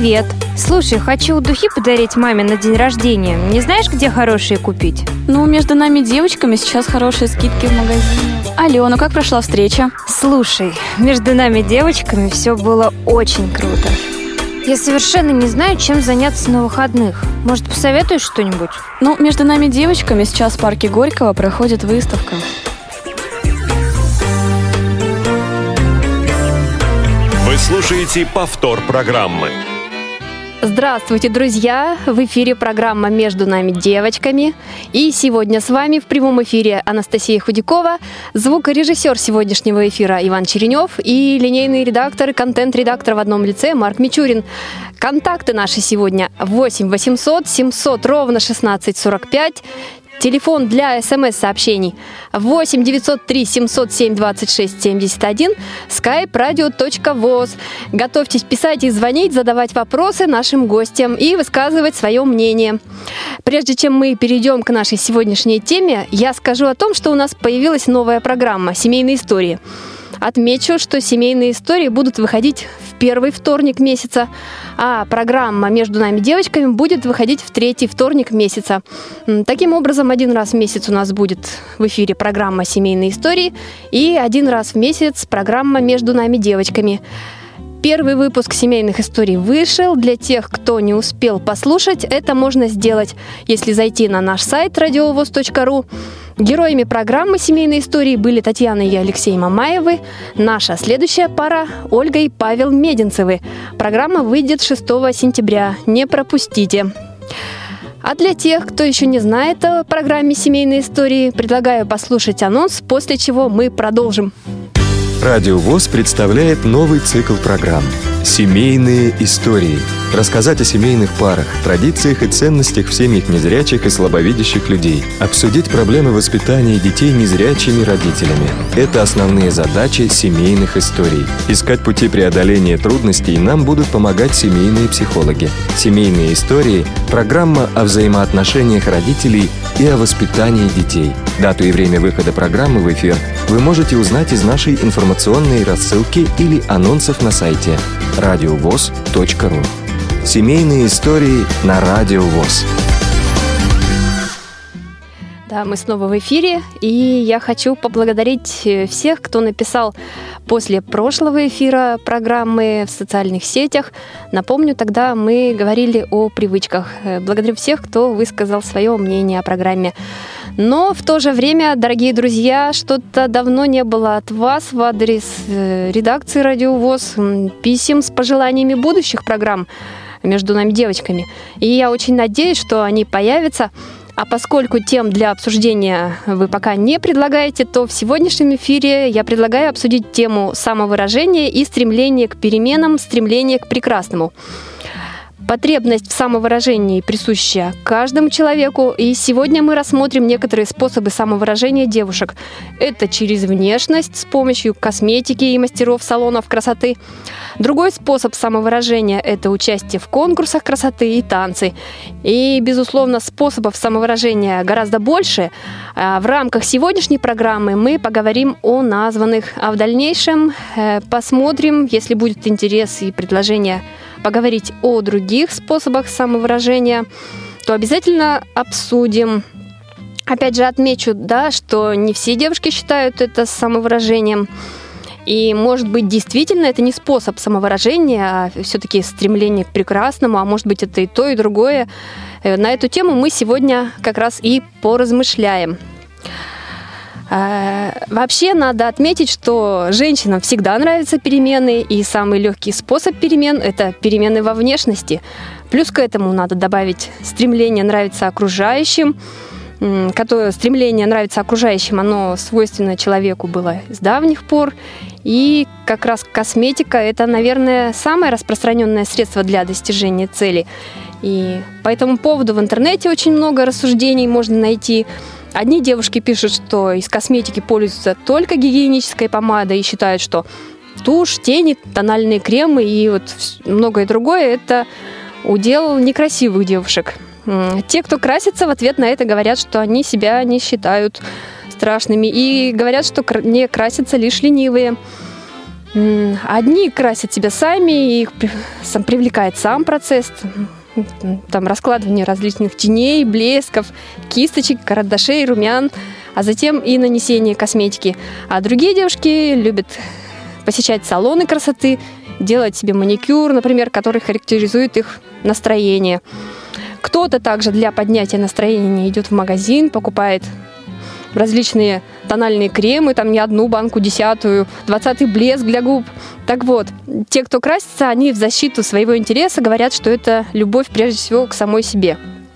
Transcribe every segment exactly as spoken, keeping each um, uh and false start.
Привет. Слушай, хочу духи подарить маме на день рождения. Не знаешь, где хорошие купить? Ну, между нами девочками сейчас хорошие скидки в магазине. Алена, как прошла встреча? Слушай, между нами девочками все было очень круто. Я совершенно не знаю, чем заняться на выходных. Может, посоветуешь что-нибудь? Ну, между нами девочками сейчас в парке Горького проходит выставка. Вы слушаете повтор программы. Здравствуйте, друзья! В эфире программа «Между нами девочками». И сегодня с вами в прямом эфире Анастасия Худякова, звукорежиссер сегодняшнего эфира Иван Черенев и линейный редактор и контент-редактор в одном лице Марк Мичурин. Контакты наши сегодня восемь восемьсот семьсот ровно шестнадцать сорок пять. Телефон для смс-сообщений восемь девятьсот три семьсот семь двадцать шесть семьдесят один, skype radio точка voz. Готовьтесь писать и звонить, задавать вопросы нашим гостям и высказывать свое мнение. Прежде чем мы перейдем к нашей сегодняшней теме, я скажу о том, что у нас появилась новая программа «Семейные истории». Отмечу, что семейные истории будут выходить в первый вторник месяца, а программа «Между нами девочками» будет выходить в третий вторник месяца. Таким образом, один раз в месяц у нас будет в эфире программа «Семейные истории» и один раз в месяц программа «Между нами девочками». Первый выпуск семейных историй вышел. Для тех, кто не успел послушать, это можно сделать, если зайти на наш сайт радиовоз точка ру. Героями программы «Семейные истории» были Татьяна и Алексей Мамаевы. Наша следующая пара – Ольга и Павел Мединцевы. Программа выйдет шестого сентября. Не пропустите. А для тех, кто еще не знает о программе «Семейные истории», предлагаю послушать анонс, после чего мы продолжим. Радио ВОС представляет новый цикл программ «Семейные истории». Рассказать о семейных парах, традициях и ценностях в семьях незрячих и слабовидящих людей. Обсудить проблемы воспитания детей незрячими родителями. Это основные задачи семейных историй. Искать пути преодоления трудностей нам будут помогать семейные психологи. «Семейные истории» – программа о взаимоотношениях родителей и о воспитании детей. Дату и время выхода программы в эфир вы можете узнать из нашей информационной рассылки или анонсов на сайте радиовоз точка ру. Семейные истории на Радио ВОС. Да, мы снова в эфире, и я хочу поблагодарить всех, кто написал после прошлого эфира программы в социальных сетях. Напомню, тогда мы говорили о привычках. Благодарю всех, кто высказал свое мнение о программе. Но в то же время, дорогие друзья, что-то давно не было от вас в адрес редакции Радио ВОС писем с пожеланиями будущих программ «Между нами девочками». И я очень надеюсь, что они появятся. А поскольку тем для обсуждения вы пока не предлагаете, то в сегодняшнем эфире я предлагаю обсудить тему самовыражения и стремления к переменам, стремления к прекрасному. Потребность в самовыражении присуща каждому человеку, и сегодня мы рассмотрим некоторые способы самовыражения девушек. Это через внешность с помощью косметики и мастеров салонов красоты. Другой способ самовыражения – это участие в конкурсах красоты и танцы. И, безусловно, способов самовыражения гораздо больше. В рамках сегодняшней программы мы поговорим о названных, а в дальнейшем посмотрим, если будет интерес и предложение поговорить о других способах самовыражения, то обязательно обсудим. Опять же, отмечу, да, что не все девушки считают это самовыражением. И, может быть, действительно это не способ самовыражения, а все-таки стремление к прекрасному, а может быть, это и то, и другое. На эту тему мы сегодня как раз и поразмышляем. Вообще надо отметить, что женщинам всегда нравятся перемены, и самый легкий способ перемен – это перемены во внешности. Плюс к этому надо добавить стремление нравиться окружающим. Которое стремление нравиться окружающим, оно свойственно человеку было с давних пор. И как раз косметика – это, наверное, самое распространенное средство для достижения цели. И по этому поводу в интернете очень много рассуждений можно найти. Одни девушки пишут, что из косметики пользуются только гигиенической помадой и считают, что тушь, тени, тональные кремы и вот многое другое – это удел некрасивых девушек. Те, кто красится, в ответ на это говорят, что они себя не считают страшными и говорят, что не красятся лишь ленивые. Одни красят себя сами, их сам привлекает сам процесс, там раскладывание различных теней, блесков, кисточек, карандашей, румян, а затем и нанесение косметики. А другие девушки любят посещать салоны красоты, делать себе маникюр, например, который характеризует их настроение. Кто-то также для поднятия настроения идет в магазин, покупает различные тональные кремы, там не одну банку, десятую, двадцатый блеск для губ. Так вот, те, кто красится, они в защиту своего интереса говорят, что это любовь прежде всего к самой себе.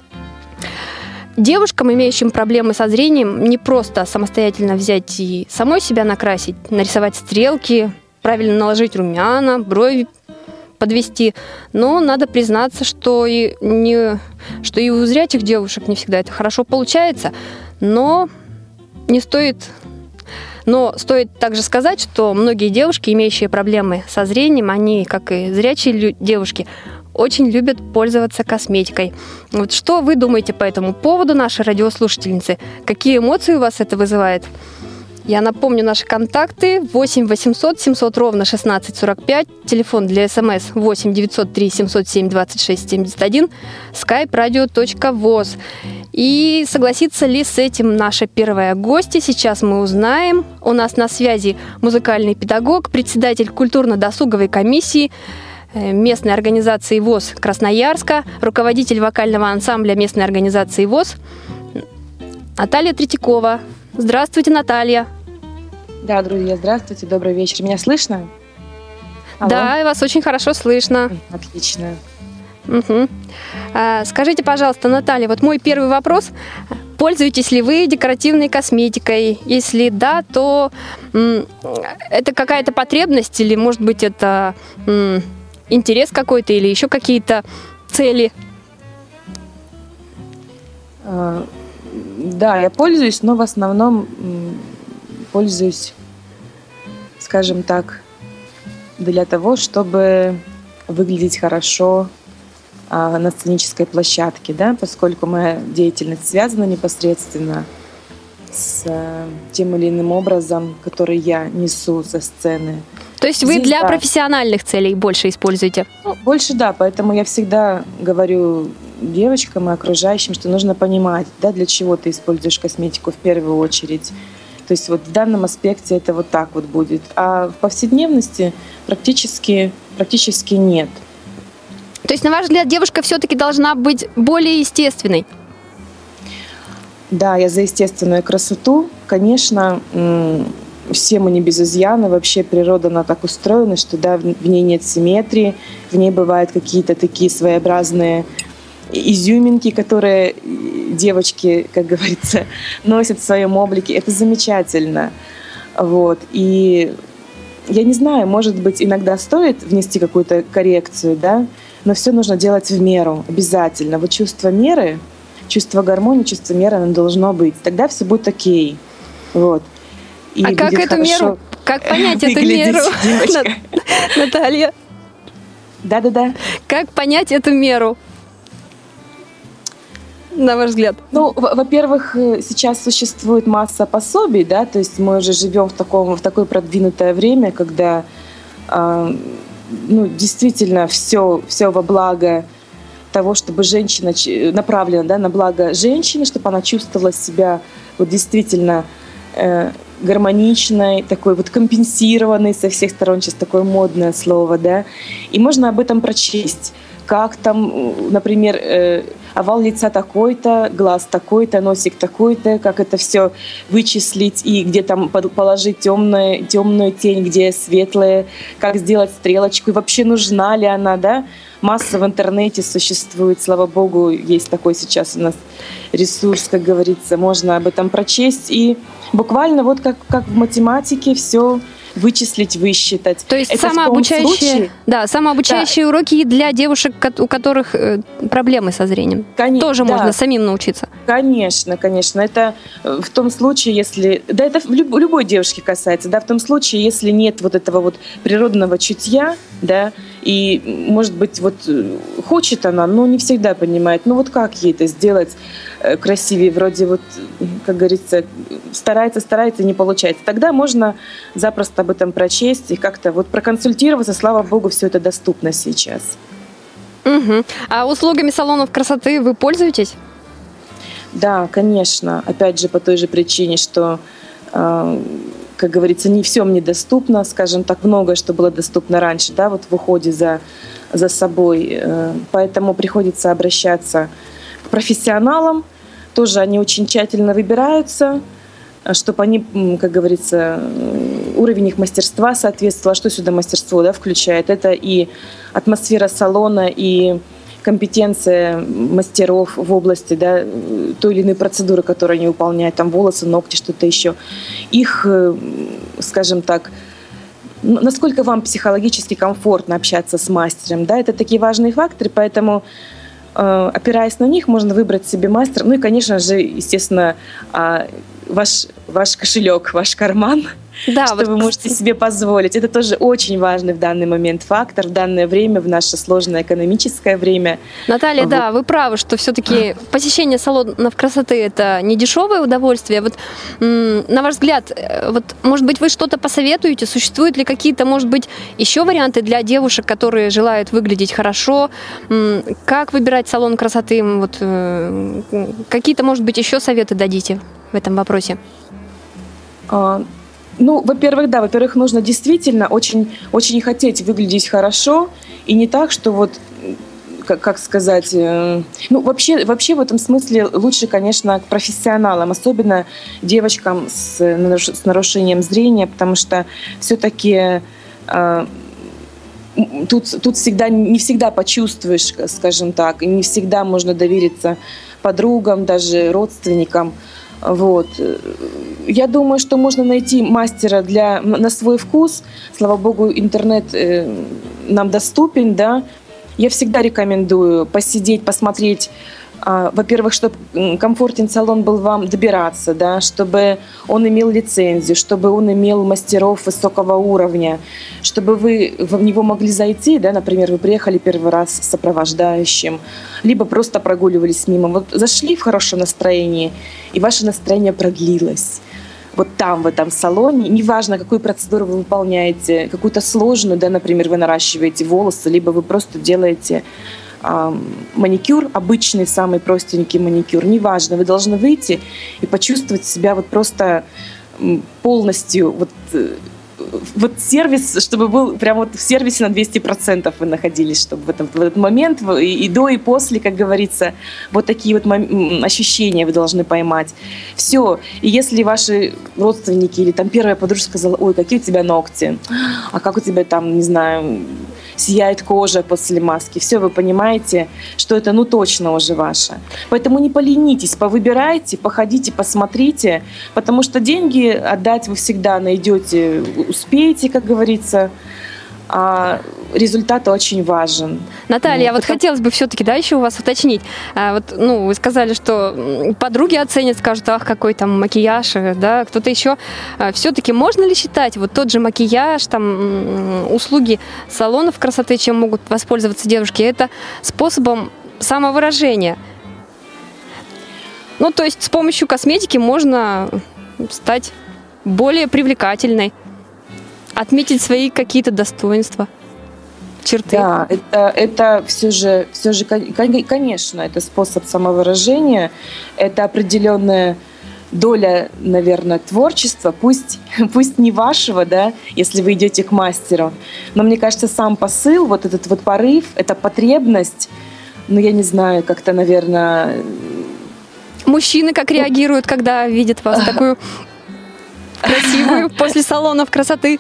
Девушкам, имеющим проблемы со зрением, не просто самостоятельно взять и самой себя накрасить, нарисовать стрелки, правильно наложить румяна, брови подвести, но надо признаться, что и, не, что и у зрячих девушек не всегда это хорошо получается, но не стоит... Но стоит также сказать, что многие девушки, имеющие проблемы со зрением, они, как и зрячие лю- девушки, очень любят пользоваться косметикой. Вот что вы думаете по этому поводу, наши радиослушательницы? Какие эмоции у вас это вызывает? Я напомню наши контакты: восемь восемьсот семьсот ровно шестнадцать сорок пять, телефон для СМС восемь девятьсот три семьсот семь двадцать шесть семьдесят один, skype radio точка voz. И согласится ли с этим наша первая гостья, сейчас мы узнаем. У нас на связи музыкальный педагог, председатель культурно-досуговой комиссии местной организации ВОС Красноярска, руководитель вокального ансамбля местной организации ВОС Наталья Третьякова. Здравствуйте, Наталья. Да, друзья, здравствуйте, добрый вечер. Меня слышно? Алло. Да, вас очень хорошо слышно. Отлично. Угу. А, скажите, пожалуйста, Наталья, вот мой первый вопрос. Пользуетесь ли вы декоративной косметикой? Если да, то м, это какая-то потребность или, может быть, это м, интерес какой-то или еще какие-то цели? А, да, я пользуюсь, но в основном м, пользуюсь, скажем так, для того, чтобы выглядеть хорошо на сценической площадке, да, поскольку моя деятельность связана непосредственно с тем или иным образом, который я несу со сцены. То есть вы Здесь, для да, профессиональных целей больше используете? Ну, больше, да, поэтому я всегда говорю девочкам и окружающим, что нужно понимать, да, для чего ты используешь косметику в первую очередь. То есть вот в данном аспекте это вот так вот будет. А в повседневности практически, практически нет. То есть, на ваш взгляд, девушка все-таки должна быть более естественной? Да, я за естественную красоту. Конечно, все мы не без изъяна. Вообще природа, она так устроена, что да, в ней нет симметрии, в ней бывают какие-то такие своеобразные изюминки, которые девочки, как говорится, носят в своем облике. Это замечательно. Вот. И я не знаю, может быть, иногда стоит внести какую-то коррекцию, да, но все нужно делать в меру, обязательно. Вот чувство меры, чувство гармонии, чувство меры, оно должно быть. Тогда все будет окей. Вот. И а как эту меру, как понять эту меру, Наталья? Да-да-да. Как понять эту меру, на ваш взгляд? Ну, во-первых, сейчас существует масса пособий, да, то есть мы уже живем в таком, в такое продвинутое время, когда э, ну, действительно все, все во благо того, чтобы женщина направлена, да, на благо женщины, чтобы она чувствовала себя вот действительно э, гармоничной, такой вот компенсированной со всех сторон, сейчас такое модное слово, да, и можно об этом прочесть, как там, например, э, овал лица такой-то, глаз такой-то, носик такой-то, как это все вычислить и где там положить темную, темную тень, где светлая, как сделать стрелочку, и вообще нужна ли она, да? Масса в интернете существует, слава богу, есть такой сейчас у нас ресурс, как говорится, можно об этом прочесть, и буквально вот как, как в математике все вычислить, высчитать. То есть это самообучающие, случае, да, самообучающие да. уроки для девушек, у которых проблемы со зрением. Конечно, тоже да. можно самим научиться. Конечно, конечно. Это в том случае, если... Да, это в люб, любой девушке касается. Да, в том случае, если нет вот этого вот природного чутья, да, И, может быть, вот хочет она, но не всегда понимает, ну вот как ей это сделать красивее, вроде вот, как говорится, старается, старается, не получается. Тогда можно запросто об этом прочесть и как-то вот проконсультироваться. Слава богу, все это доступно сейчас. Угу. А услугами салонов красоты вы пользуетесь? Да, конечно. Опять же, по той же причине, что, э, как говорится, не все мне доступно, скажем так, многое, что было доступно раньше, да, вот в уходе за, за собой. Э, поэтому приходится обращаться к профессионалам. Тоже они очень тщательно выбираются, чтобы они, как говорится, уровень их мастерства соответствовал. А что сюда мастерство, да, включает? Это и атмосфера салона, и компетенция мастеров в области, да, той или иной процедуры, которую они выполняют, там волосы, ногти, что-то еще. Их, скажем так, насколько вам психологически комфортно общаться с мастером, да, это такие важные факторы, поэтому, опираясь на них, можно выбрать себе мастера. Ну и, конечно же, естественно, ваш, ваш кошелек, ваш карман, да, что вот вы можете себе позволить. Это тоже очень важный в данный момент фактор, в данное время, в наше сложное экономическое время. Наталья, вот. Да, вы правы, что все-таки посещение салонов красоты – это не дешевое удовольствие. Вот, на ваш взгляд, вот, может быть, вы что-то посоветуете? Существуют ли какие-то, может быть, еще варианты для девушек, которые желают выглядеть хорошо? Как выбирать салон красоты? Вот, какие-то, может быть, еще советы дадите в этом вопросе? Ну, во-первых, да, во-первых, нужно действительно очень, очень хотеть выглядеть хорошо, и не так, что вот, как, как сказать, э, ну, вообще, вообще в этом смысле лучше, конечно, к профессионалам, особенно девочкам с, с нарушением зрения, потому что все-таки э, тут, тут всегда, не всегда почувствуешь, скажем так, и не всегда можно довериться подругам, даже родственникам. Вот. Я думаю, что можно найти мастера для, на свой вкус. Слава богу, интернет э, нам доступен, да. Я всегда рекомендую посидеть, посмотреть, э, во-первых, чтобы комфортен салон был вам добираться, да, чтобы он имел лицензию, чтобы он имел мастеров высокого уровня, чтобы вы в него могли зайти, да, например, вы приехали первый раз с сопровождающим, либо просто прогуливались мимо. Вот зашли в хорошем настроении, и ваше настроение продлилось. Вот там, в этом салоне, неважно, какую процедуру вы выполняете, какую-то сложную, да, например, вы наращиваете волосы, либо вы просто делаете э, маникюр, обычный, самый простенький маникюр, неважно, вы должны выйти и почувствовать себя вот просто полностью, вот, вот сервис, чтобы был прям вот в сервисе на двести процентов вы находились, чтобы в, этом, в этот момент и, и до, и после, как говорится, вот такие вот мом- ощущения вы должны поймать. Все. И если ваши родственники или там первая подружка сказала: ой, какие у тебя ногти, а как у тебя там, не знаю, сияет кожа после маски, все, вы понимаете, что это ну точно уже ваше. Поэтому не поленитесь, повыбирайте, походите, посмотрите, потому что деньги отдать вы всегда найдете, успеете, как говорится, а результат очень важен. Наталья, ну, вот это... хотелось бы все-таки, да, еще у вас уточнить. А, вот, ну, вы сказали, что подруги оценят, скажут: ах, какой там макияж, да, кто-то еще. А, все-таки можно ли считать вот тот же макияж, там, услуги салонов красоты, чем могут воспользоваться девушки, это способом самовыражения? Ну, то есть с помощью косметики можно стать более привлекательной, отметить свои какие-то достоинства, черты. Да, это, это все же, все же, конечно, это способ самовыражения, это определенная доля, наверное, творчества, пусть, пусть не вашего, да, если вы идете к мастеру, но мне кажется, сам посыл, вот этот вот порыв, эта потребность, ну, я не знаю, как-то, наверное... Мужчины как реагируют, когда видят вас такую красивую после салонов красоты?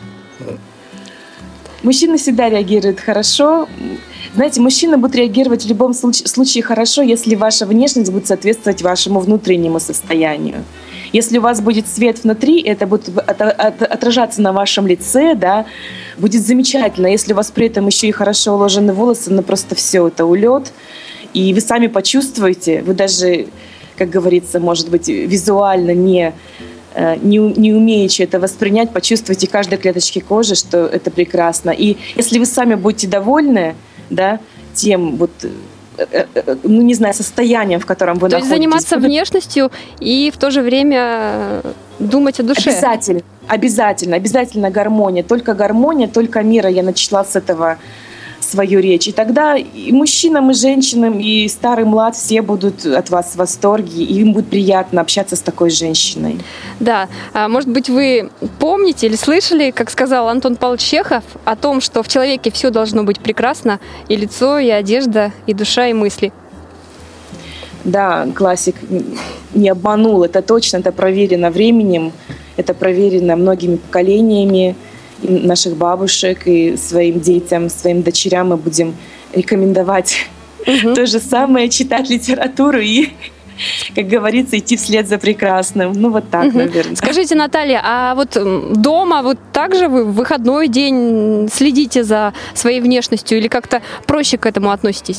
Мужчины всегда реагируют хорошо. Знаете, мужчина будет реагировать в любом случае хорошо, если ваша внешность будет соответствовать вашему внутреннему состоянию. Если у вас будет свет внутри, это будет отражаться на вашем лице, да, будет замечательно. Если у вас при этом еще и хорошо уложены волосы, ну просто все, это улет. И вы сами почувствуете, вы даже, как говорится, может быть, визуально не... не, не умеючи это воспринять, почувствуйте каждой клеточке кожи, что это прекрасно. И если вы сами будете довольны, да, тем вот, ну не знаю, состоянием, в котором вы то находитесь. То есть заниматься внешностью и в то же время думать о душе. Обязательно, обязательно, обязательно гармония. Только гармония, только мира. Я начала с этого свою речь. И тогда и мужчинам, и женщинам, и старый, млад, все будут от вас в восторге, и им будет приятно общаться с такой женщиной. Да. А может быть, вы помните или слышали, как сказал Антон Павлович Чехов, о том, что в человеке все должно быть прекрасно, и лицо, и одежда, и душа, и мысли. Да, классик не обманул. Это точно, это проверено временем, это проверено многими поколениями и наших бабушек, и своим детям, своим дочерям мы будем рекомендовать угу. то же самое, читать литературу и, как говорится, идти вслед за прекрасным. Ну, вот так, угу. наверное. Скажите, Наталья, а вот дома вот так же вы в выходной день следите за своей внешностью или как-то проще к этому относитесь?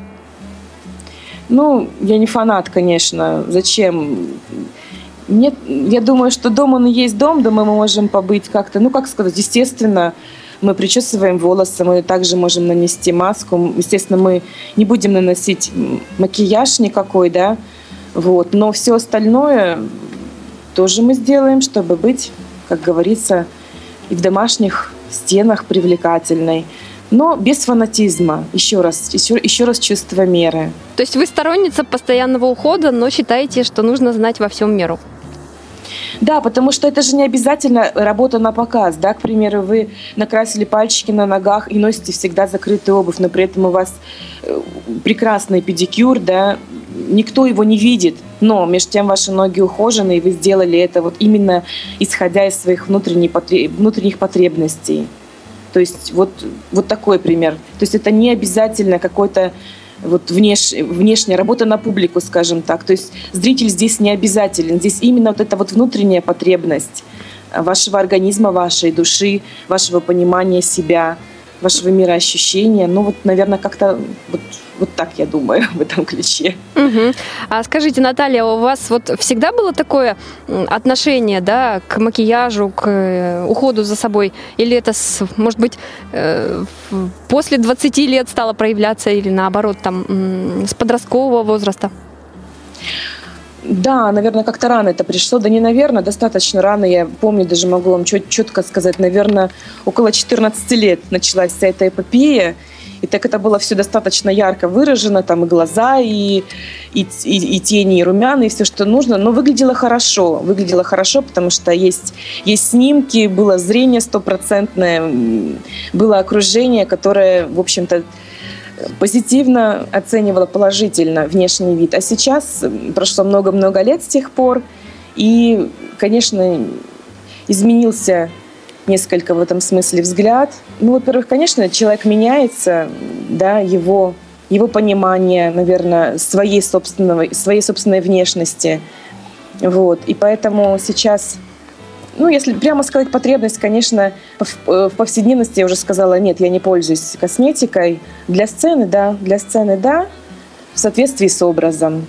Ну, я не фанат, конечно. Зачем? Нет, я думаю, что дом, он и есть дом, дома мы можем побыть как-то, ну, как сказать, естественно, мы причесываем волосы, мы также можем нанести маску, естественно, мы не будем наносить макияж никакой, да, вот, но все остальное тоже мы сделаем, чтобы быть, как говорится, и в домашних стенах привлекательной, но без фанатизма, еще раз, еще, еще раз чувство меры. То есть вы сторонница постоянного ухода, но считаете, что нужно знать во всем меру? Да, потому что это же не обязательно работа на показ, да, к примеру, вы накрасили пальчики на ногах и носите всегда закрытую обувь, но при этом у вас прекрасный педикюр, да, никто его не видит, но между тем ваши ноги ухожены, и вы сделали это вот именно исходя из своих внутренних, потреб... внутренних потребностей. То есть вот, вот такой пример. То есть это не обязательно какой-то вот внеш, внешняя работа на публику, скажем так. То есть зритель здесь не обязателен. Здесь именно вот эта вот внутренняя потребность вашего организма, вашей души, вашего понимания себя, вашего мироощущения. Ну вот, наверное, как-то вот, вот так я думаю в этом ключе. Угу. А скажите, Наталья, у вас вот всегда было такое отношение, да, к макияжу, к уходу за собой? Или это, может быть, после двадцати лет стало проявляться или наоборот, там, с подросткового возраста? Да, наверное, как-то рано это пришло. Да не, наверное, достаточно рано. Я помню, даже могу вам четко сказать, наверное, около четырнадцати лет началась вся эта эпопея. И так это было все достаточно ярко выражено, там и глаза, и, и, и, и тени, и румяна, и все, что нужно. Но выглядело хорошо, выглядело хорошо, потому что есть, есть снимки, было зрение стопроцентное, было окружение, которое, в общем-то, позитивно оценивала положительно внешний вид. А сейчас прошло много-много лет с тех пор, и, конечно, изменился несколько в этом смысле взгляд. Ну, во-первых, конечно, человек меняется, да, его, его понимание, наверное, своей собственной, своей собственной внешности. Вот. И поэтому сейчас, ну, если прямо сказать потребность, конечно, в повседневности я уже сказала, нет, я не пользуюсь косметикой. Для сцены, да, для сцены, да, в соответствии с образом.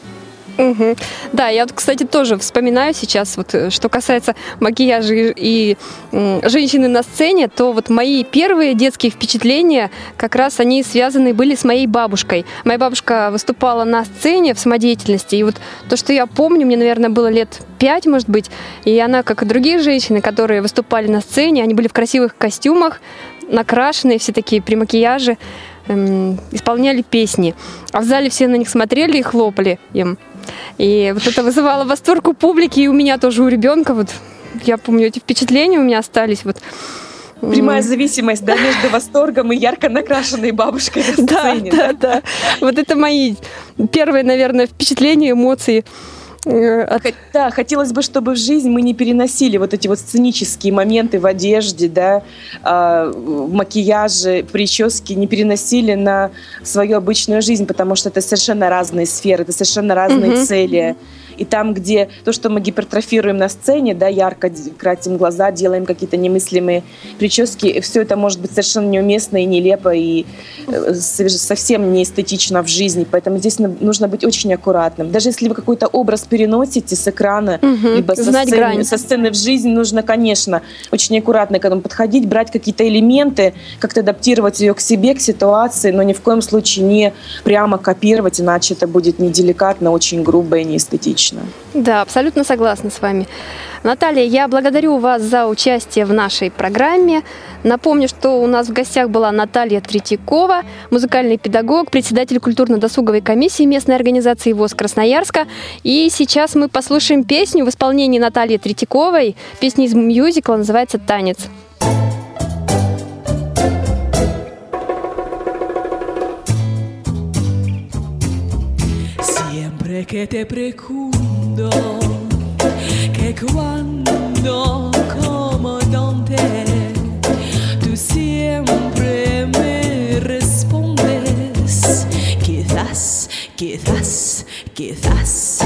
Угу. Да, я вот, кстати, тоже вспоминаю сейчас, вот, что касается макияжа и, и м, женщины на сцене, то вот мои первые детские впечатления, как раз они связаны были с моей бабушкой. Моя бабушка выступала на сцене в самодеятельности, и вот то, что я помню, мне, наверное, было лет пять, может быть, и она, как и другие женщины, которые выступали на сцене, они были в красивых костюмах, накрашенные, все такие при макияже, эм, исполняли песни. А в зале все на них смотрели и хлопали им. И вот это вызывало восторг у публики, и у меня тоже, у ребенка. Вот, я помню, эти впечатления у меня остались. Вот. Прямая зависимость, да, между восторгом и ярко накрашенной бабушкой на сцене. Да, да, да. Вот это мои первые, наверное, впечатления, эмоции. От... Да, хотелось бы, чтобы в жизнь мы не переносили вот эти вот сценические моменты в одежде, да, в макияже, прически, не переносили на свою обычную жизнь, потому что это совершенно разные сферы, это совершенно разные mm-hmm. цели. И там, где то, что мы гипертрофируем на сцене, да, ярко красим глаза, делаем какие-то немыслимые прически, все это может быть совершенно неуместно и нелепо, и совсем не эстетично в жизни. Поэтому здесь нужно быть очень аккуратным. Даже если вы какой-то образ переносите с экрана, угу, либо со сцены, со сцены в жизнь, нужно, конечно, очень аккуратно к этому подходить, брать какие-то элементы, как-то адаптировать ее к себе, к ситуации, но ни в коем случае не прямо копировать, иначе это будет неделикатно, очень грубо и неэстетично. Да, абсолютно согласна с вами. Наталья, я благодарю вас за участие в нашей программе. Напомню, что у нас в гостях была Наталья Третьякова, музыкальный педагог, председатель культурно-досуговой комиссии местной организации ВОС Красноярска. И сейчас мы послушаем песню в исполнении Натальи Третьяковой. Песня из мюзикла называется «Танец». Siempre que te pregunto que cuando, como, dónde, tú siempre me respondes quizás, quizás, quizás.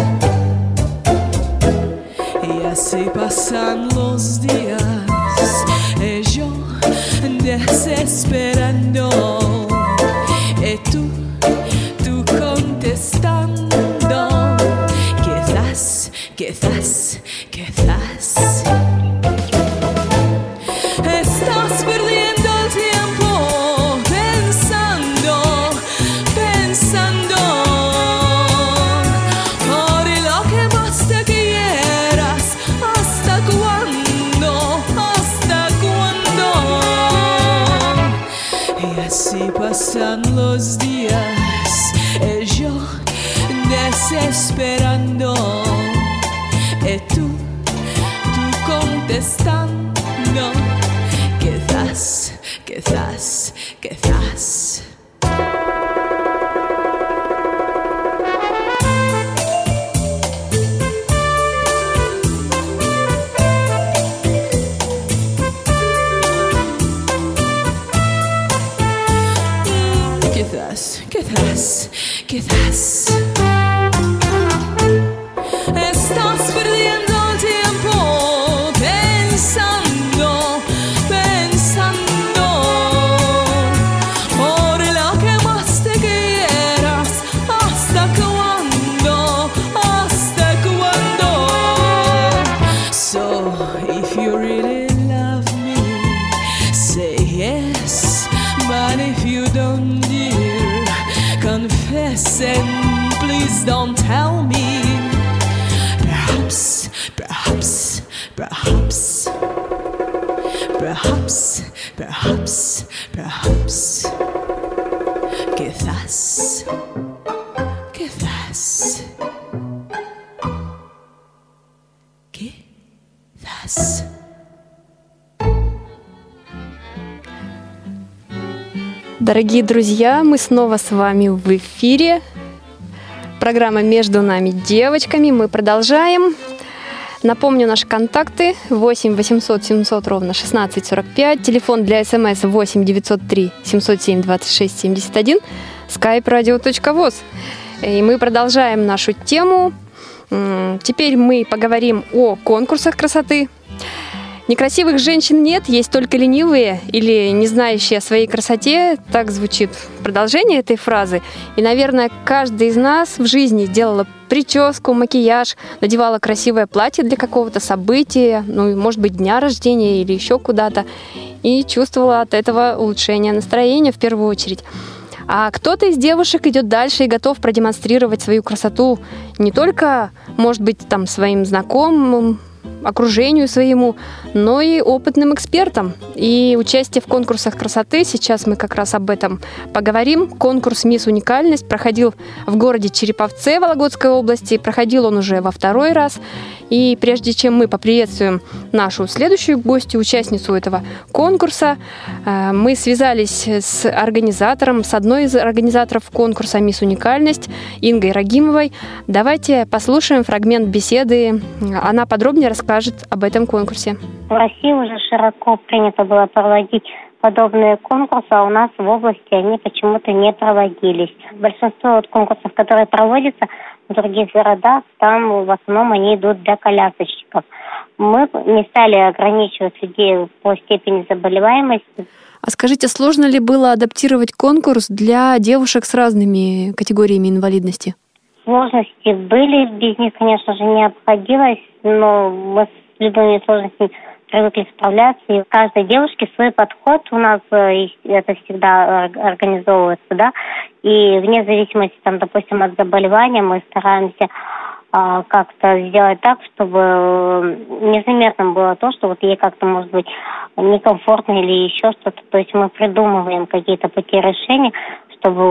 Y así pasan los días, y yo desesperando, y tú, tú contestando. Quizás, quizás estás perdiendo el tiempo pensando, pensando por lo que más te quieras. ¿Hasta cuándo? ¿Hasta cuándo? Y así pasan los días, y yo desesperando. Y tú, tú contestando, quizás, quizás, quizás. Mm, quizás, quizás, quizás. Estás perdiendo el tiempo pensando, pensando por lo que más te quieras. ¿Hasta cuándo? ¿Hasta cuándo? So, if you really love me, say yes. But if you don't, dear, confess and please don't tell me. Perhaps, perhaps, perhaps, perhaps, perhaps, perhaps, quizás, quizás, quizás. Дорогие друзья, мы снова с вами в эфире. Программа «Между нами девочками». Мы продолжаем. Напомню наши контакты. восемь восемьсот семьсот ровно шестнадцать сорок пять. Телефон для СМС восемь девятьсот три семьсот семь двадцать шесть семьдесят один. skype radio точка voz. И мы продолжаем нашу тему. Теперь мы поговорим о конкурсах красоты. Некрасивых женщин нет, есть только ленивые или не знающие о своей красоте. Так звучит продолжение этой фразы. И, наверное, каждый из нас в жизни делала прическу, макияж, надевала красивое платье для какого-то события, ну, может быть, дня рождения или еще куда-то, и чувствовала от этого улучшение настроения в первую очередь. А кто-то из девушек идет дальше и готов продемонстрировать свою красоту не только, может быть, там, своим знакомым, окружению своему, но и опытным экспертам. И участие в конкурсах красоты, сейчас мы как раз об этом поговорим. Конкурс «Мисс Уникальность» проходил в городе Череповце Вологодской области. Проходил он уже во второй раз. И прежде чем мы поприветствуем нашу следующую гостью, участницу этого конкурса, мы связались с организатором, с одной из организаторов конкурса «Мисс Уникальность» Ингой Рагимовой. Давайте послушаем фрагмент беседы. Она подробнее расскажет об этом конкурсе. В России уже широко принято было проводить подобные конкурсы, а у нас в области они почему-то не проводились. Большинство вот конкурсов, которые проводятся, в других городах, там в основном они идут для колясочников. Мы не стали ограничивать людей по степени заболеваемости. А скажите, сложно ли было адаптировать конкурс для девушек с разными категориями инвалидности? Сложности были, без них, конечно же, не обходилось, но мы с любыми сложностями привыкли справляться. И у каждой девушки свой подход у нас, это всегда организовывается, да, и вне зависимости, там, допустим, от заболевания мы стараемся а, как-то сделать так, чтобы незаметно было то, что вот ей как-то, может быть, некомфортно или еще что-то. То есть мы придумываем какие-то пути решения, чтобы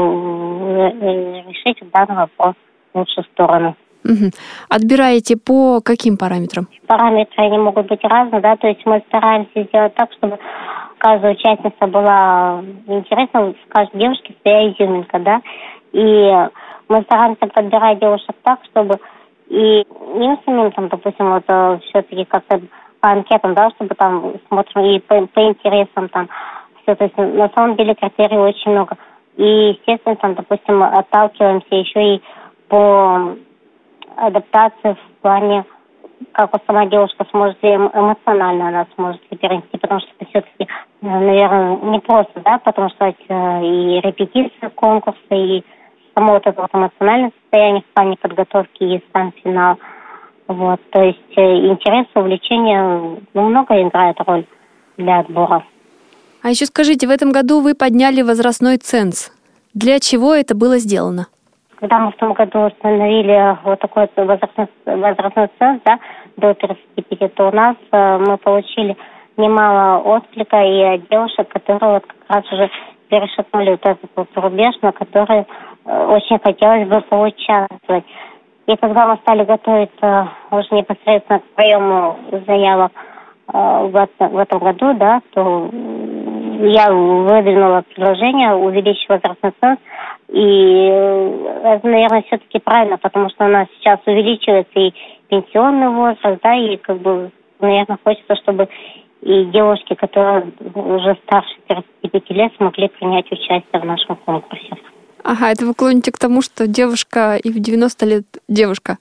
решить данный вопрос в лучшую сторону. Угу. Отбираете по каким параметрам? Параметры они могут быть разные, да, то есть мы стараемся сделать так, чтобы каждая участница была интересна, в каждой девушке своя изюминка, да, и мы стараемся подбирать девушек так, чтобы и им самим, там, допустим, вот все-таки как-то по анкетам, да, чтобы там смотрим и по, по интересам там все, то есть на самом деле критерий очень много. И, естественно, там, допустим, отталкиваемся еще и по адаптации в плане, как вот сама девушка сможет эмоционально она сможет перенести, потому что это все-таки, наверное, не просто, да, потому что и репетиция конкурса, и само вот это вот эмоциональное состояние в плане подготовки и сам финал. Вот, то есть интерес, увлечение, ну, много играет роль для отбора. А еще скажите, в этом году вы подняли возрастной ценз. Для чего это было сделано? Когда мы в том году установили вот такой возрастной, возрастной ценз, да, до тридцати пяти, то у нас э, мы получили немало отклика и от девушек, которые вот как раз уже перешагнули вот этот вот рубеж, на который э, очень хотелось бы поучаствовать. И когда мы стали готовиться уже непосредственно к приему заявок э, в, в этом году, да, то я выдвинула предложение увеличить возрастной ценз. И это, наверное, все-таки правильно, потому что у нас сейчас увеличивается и пенсионный возраст, да, и как бы, наверное, хочется, чтобы и девушки, которые уже старше тридцати пяти лет, смогли принять участие в нашем конкурсе. Ага, это вы клоните к тому, что девушка и в девяносто лет девушка?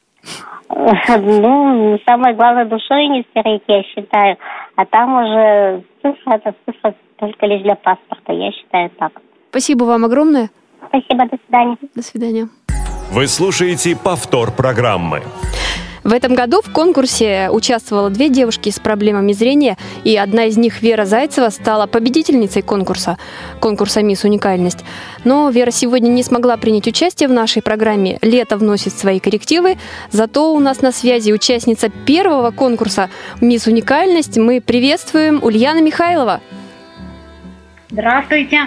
Ну, самое главное, душой не стареть, я считаю. А там уже цифра, это цифра только лишь для паспорта, я считаю так. Спасибо вам огромное. Спасибо, до свидания. До свидания. Вы слушаете повтор программы. В этом году в конкурсе участвовало две девушки с проблемами зрения, и одна из них, Вера Зайцева, стала победительницей конкурса, конкурса «Мисс Уникальность». Но Вера сегодня не смогла принять участие в нашей программе. Лето вносит свои коррективы. Зато у нас на связи участница первого конкурса «Мисс Уникальность». Мы приветствуем Ульяна Михайлова. Здравствуйте.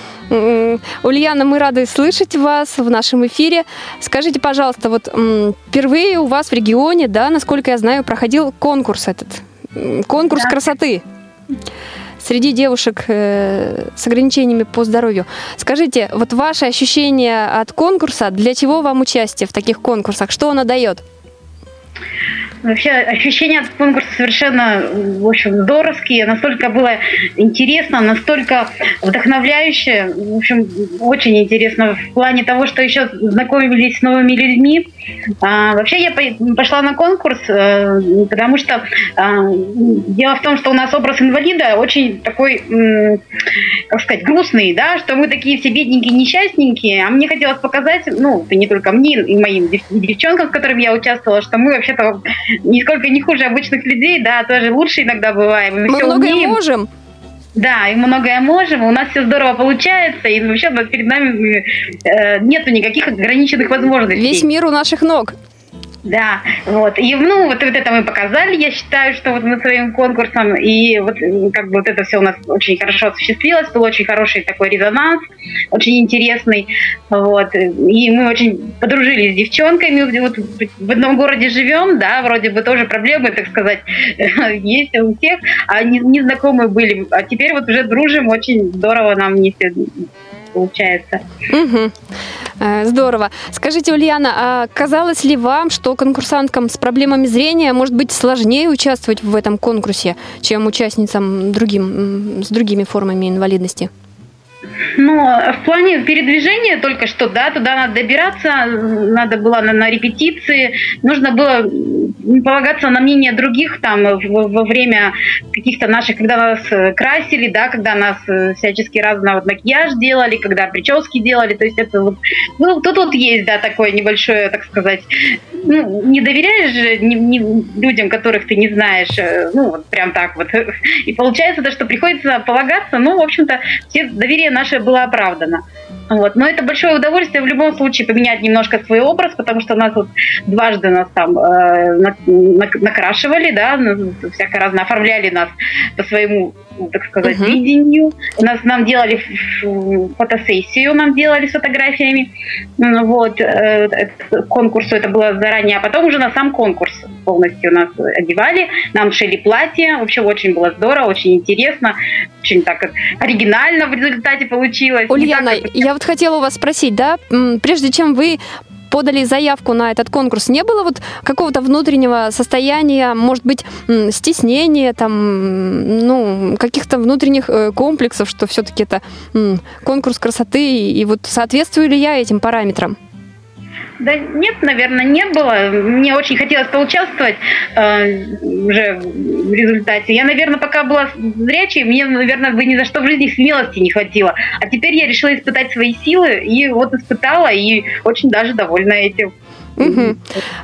Ульяна, мы рады слышать вас в нашем эфире. Скажите, пожалуйста, вот впервые у вас в регионе, да, насколько я знаю, проходил конкурс этот, конкурс да. красоты среди девушек с ограничениями по здоровью. Скажите, вот ваши ощущения от конкурса, для чего вам участие в таких конкурсах, что оно дает? Вообще ощущения от конкурса совершенно, в общем, здоровские. Настолько было интересно, настолько вдохновляюще. В общем, очень интересно в плане того, что еще знакомились с новыми людьми. А, вообще я пошла на конкурс, потому что а, дело в том, что у нас образ инвалида очень такой, как сказать, грустный, да, что мы такие все бедненькие, несчастненькие. А мне хотелось показать, ну, не только мне и моим девчонкам, с которыми я участвовала, что мы вообще-то нисколько не хуже обычных людей, да, тоже лучше иногда бываем. Мы, мы многое умеем. можем. Да, и мы многое можем, у нас все здорово получается, и вообще перед нами э, нету никаких ограниченных возможностей. Весь мир у наших ног. Да, вот. И ну, вот, вот это мы показали, я считаю, что вот мы своим конкурсом, и вот как бы вот это все у нас очень хорошо осуществилось, был очень хороший такой резонанс, очень интересный, вот. И мы очень подружились с девчонками, вот в одном городе живем, да, вроде бы тоже проблемы, так сказать, есть у всех, а незнакомые были, а теперь вот уже дружим, очень здорово нам вместе получается. Угу. Здорово. Скажите, Ульяна, а казалось ли вам, что конкурсанткам с проблемами зрения может быть сложнее участвовать в этом конкурсе, чем участницам другим, с другими формами инвалидности? Ну, в плане передвижения только что, да, туда надо добираться, надо было на, на репетиции, нужно было полагаться на мнение других там во, во время каких-то наших, когда нас красили, да, когда нас всячески разно вот макияж делали, когда прически делали, то есть это вот, ну, тут вот есть, да, такое небольшое, так сказать, ну, не доверяешь же не, не людям, которых ты не знаешь, ну, вот прям так вот, и получается то, что приходится полагаться, ну, в общем-то, все доверие наше было оправдано. Вот. Но это большое удовольствие в любом случае поменять немножко свой образ, потому что нас вот дважды нас там э, на, на, накрашивали, да, всяко разно оформляли нас по своему, так сказать, uh-huh. видению. Нас, нам делали фотосессию, нам делали с фотографиями. Вот. Э, к конкурсу это было заранее, а потом уже на сам конкурс полностью нас одевали, нам шили платье. Вообще очень было здорово, очень интересно, очень так оригинально в результате получилось. Ульяна, так, как... я вот хотела у вас спросить, да, прежде чем вы подали заявку на этот конкурс, не было вот какого-то внутреннего состояния, может быть, стеснения, там, ну, каких-то внутренних комплексов, что все-таки это конкурс красоты, и вот соответствую ли я этим параметрам? Да нет, наверное, не было. Мне очень хотелось поучаствовать э, уже в результате. Я, наверное, пока была зрячей, мне, наверное, бы ни за что в жизни смелости не хватило. А теперь я решила испытать свои силы, и вот испытала, и очень даже довольна этим. Угу.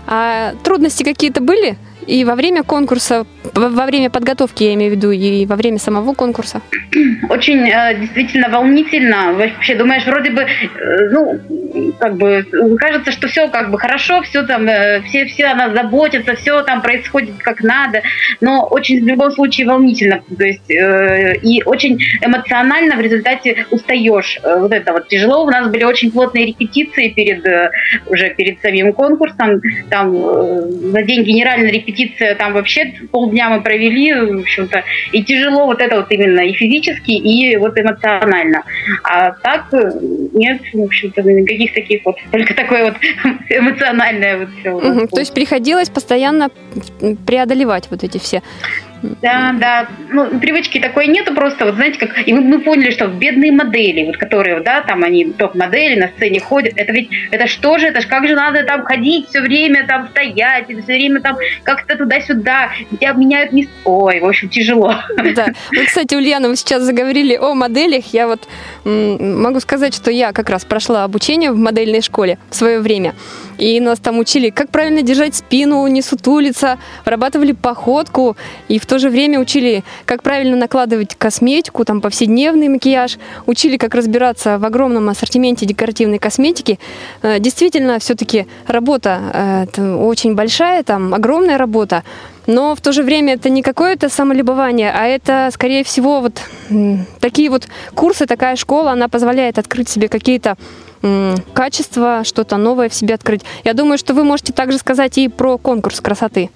А трудности какие-то были? И во время конкурса, во время подготовки, я имею в виду, и во время самого конкурса? Очень э, действительно волнительно. Вообще думаешь, вроде бы, э, ну, как бы, кажется, что все как бы хорошо, все там, э, все, все о нас заботятся, все там происходит как надо, но очень в любом случае волнительно. То есть, э, и очень эмоционально в результате устаешь. Э, вот это вот тяжело. У нас были очень плотные репетиции перед, э, уже перед самим конкурсом. Там э, за день генеральной репетиции там вообще полдня мы провели, в общем-то, и тяжело вот это вот именно и физически, и вот эмоционально. А так нет, в общем-то, никаких таких вот, только такое вот эмоциональное вот все. Угу, то есть приходилось постоянно преодолевать вот эти все... Да, да. Ну, привычки такой нету просто, вот знаете, как... И мы, мы поняли, что бедные модели, вот которые, да, там они топ-модели на сцене ходят, это ведь, это что же, это ж как же надо там ходить все время, там стоять, все время там как-то туда-сюда, тебя меняют места. Ой, в общем, тяжело. Да. Ну, кстати, Ульяна, вы сейчас заговорили о моделях. Я вот м- могу сказать, что я как раз прошла обучение в модельной школе в свое время. И нас там учили, как правильно держать спину, не сутулиться, вырабатывали походку, и в то же время учили, как правильно накладывать косметику, там, повседневный макияж, учили, как разбираться в огромном ассортименте декоративной косметики. Действительно, все-таки работа это очень большая, там, огромная работа, но в то же время это не какое-то самолюбование, а это, скорее всего, вот такие вот курсы, такая школа, она позволяет открыть себе какие-то качество, что-то новое в себе открыть. Я думаю, что вы можете также сказать и про конкурс красоты.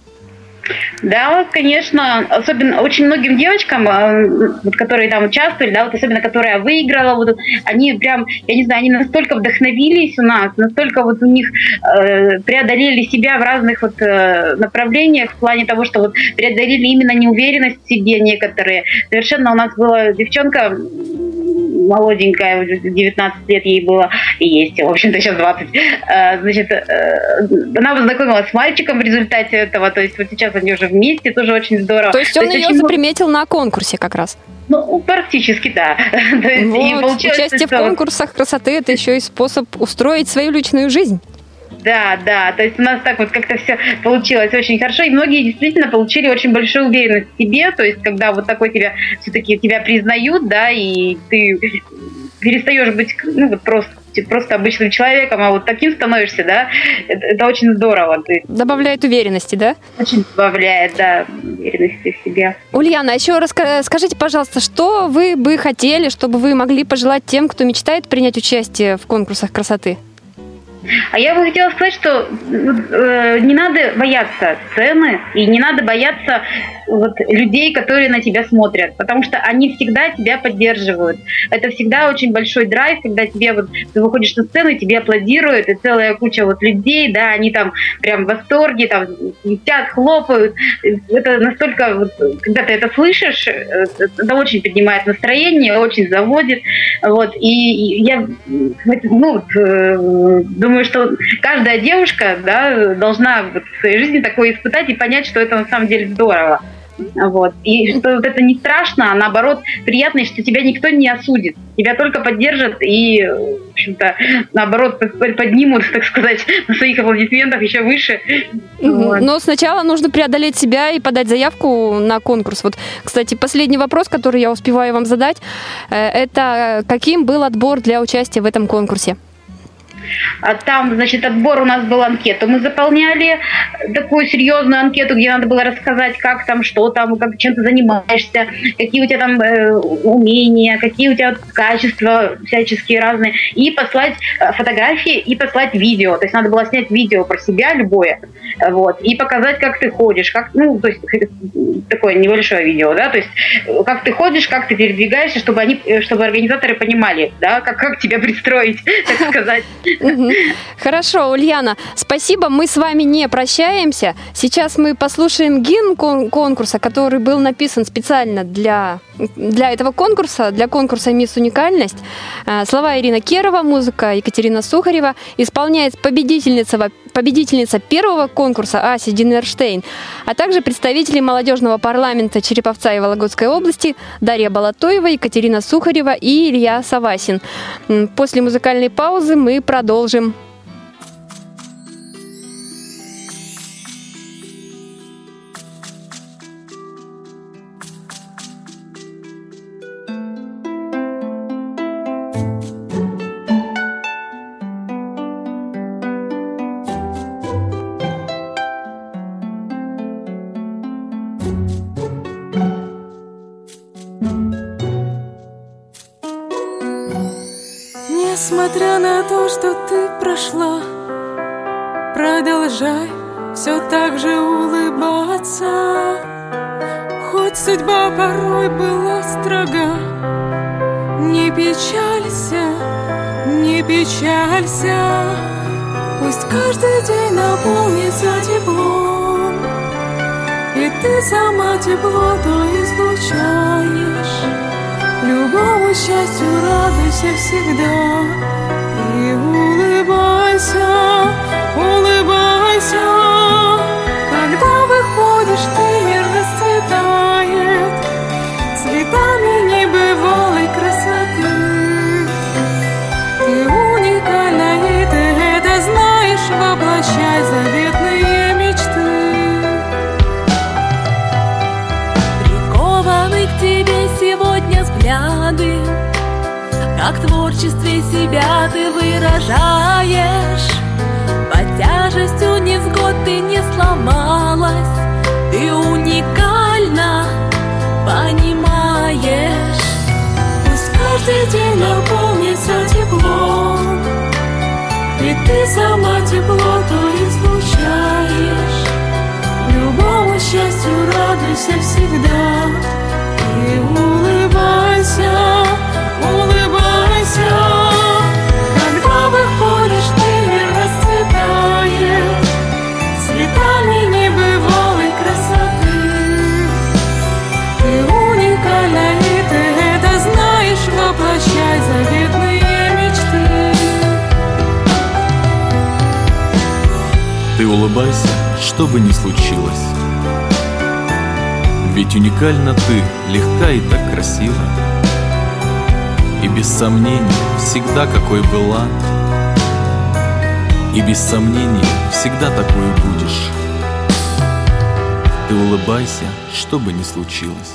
Да, конечно, особенно очень многим девочкам, вот, которые там участвовали, да, вот особенно которая выиграла, вот, они прям, я не знаю, они настолько вдохновились у нас, настолько вот у них э, преодолели себя в разных вот э, направлениях в плане того, что вот преодолели именно неуверенность в себе некоторые. Совершенно у нас была девчонка молоденькая, девятнадцать лет ей было, и есть, в общем-то, сейчас двадцать. Значит, она познакомилась с мальчиком в результате этого, то есть вот сейчас они уже вместе, тоже очень здорово. То есть он то есть ее заприметил много... на конкурсе как раз? Ну, практически, да. То есть, вот, и участие в конкурсах красоты – это еще и способ устроить свою личную жизнь. Да, да, то есть у нас так вот как-то все получилось очень хорошо, и многие действительно получили очень большую уверенность в себе, то есть когда вот такой тебя, все-таки тебя признают, да, и ты перестаешь быть, ну, вот просто, просто обычным человеком, а вот таким становишься, да, это, это очень здорово. Добавляет уверенности, да? Очень добавляет, да, уверенности в себе. Ульяна, а еще раска- скажите, пожалуйста, что вы бы хотели, чтобы вы могли пожелать тем, кто мечтает принять участие в конкурсах красоты? А я бы хотела сказать, что э, не надо бояться сцены и не надо бояться вот людей, которые на тебя смотрят, потому что они всегда тебя поддерживают. Это всегда очень большой драйв, когда тебе вот ты выходишь на сцену, тебе аплодируют, и целая куча вот людей, да, они там прям в восторге, там летят, хлопают. Это настолько, вот, когда ты это слышишь, это очень поднимает настроение, очень заводит. Вот, и я ну, думаю, что каждая девушка, да, должна вот в своей жизни такое испытать и понять, что это на самом деле здорово. Вот. И что вот это не страшно, а наоборот приятно, что тебя никто не осудит. Тебя только поддержат и, в общем-то, наоборот, поднимут, так сказать, на своих аплодисментах еще выше. Вот. Но сначала нужно преодолеть себя и подать заявку на конкурс. Вот, кстати, последний вопрос, который я успеваю вам задать, это каким был отбор для участия в этом конкурсе? Там, значит, отбор у нас был анкету. Мы заполняли такую серьезную анкету, где надо было рассказать, как там, что там, как, чем ты занимаешься, какие у тебя там э, умения, какие у тебя качества всяческие разные. И послать фотографии, и послать видео. То есть надо было снять видео про себя любое. Вот, и показать, как ты ходишь. Как, ну, то есть такое небольшое видео, да, то есть как ты ходишь, как ты передвигаешься, чтобы они, чтобы организаторы понимали, да, как, как тебя пристроить, так сказать. Хорошо, Ульяна, спасибо. Мы с вами не прощаемся. Сейчас мы послушаем гимн конкурса, который был написан специально для, для этого конкурса, для конкурса «Мисс Уникальность». Слова Ирина Керова, музыка Екатерина Сухарева. Исполняет победительница, победительница первого конкурса Ася Динерштейн, а также представители молодежного парламента Череповца и Вологодской области Дарья Балатоева, Екатерина Сухарева и Илья Савасин. После музыкальной паузы мы продолжим. Несмотря на то, что ты прошла, продолжай все так же улыбаться. Хоть судьба порой была строга, не печалься, не печалься. Пусть каждый день наполнится теплом, и ты сама тепло то излучаешь. Любому счастью радуйся всегда и улыбайся, улыбайся. Когда выходишь, ты мир расцветает цветами небывалой красоты. Ты уникальна, и ты это знаешь, воплощай заветные мечты. Прикованы к тебе сегодня взгляды, как в творчестве себя ты выражаешь. Под тяжестью невзгод ты не сломалась, ты уникальна, понимаешь. Пусть каждый день наполнится теплом, и ты сама тепло то излучаешь. Любому счастью радуйся всегда и улыбайся, улыбайся. Когда выходишь, ты мир расцветает цветами небывалой красоты. Ты уникальна, и ты это знаешь, воплощай заветные мечты. Ты улыбайся, что бы ни случилось, ведь уникальна ты, легка и так красива. И без сомнения всегда какой была, и без сомнения всегда такой будешь. Ты улыбайся, что бы ни случилось.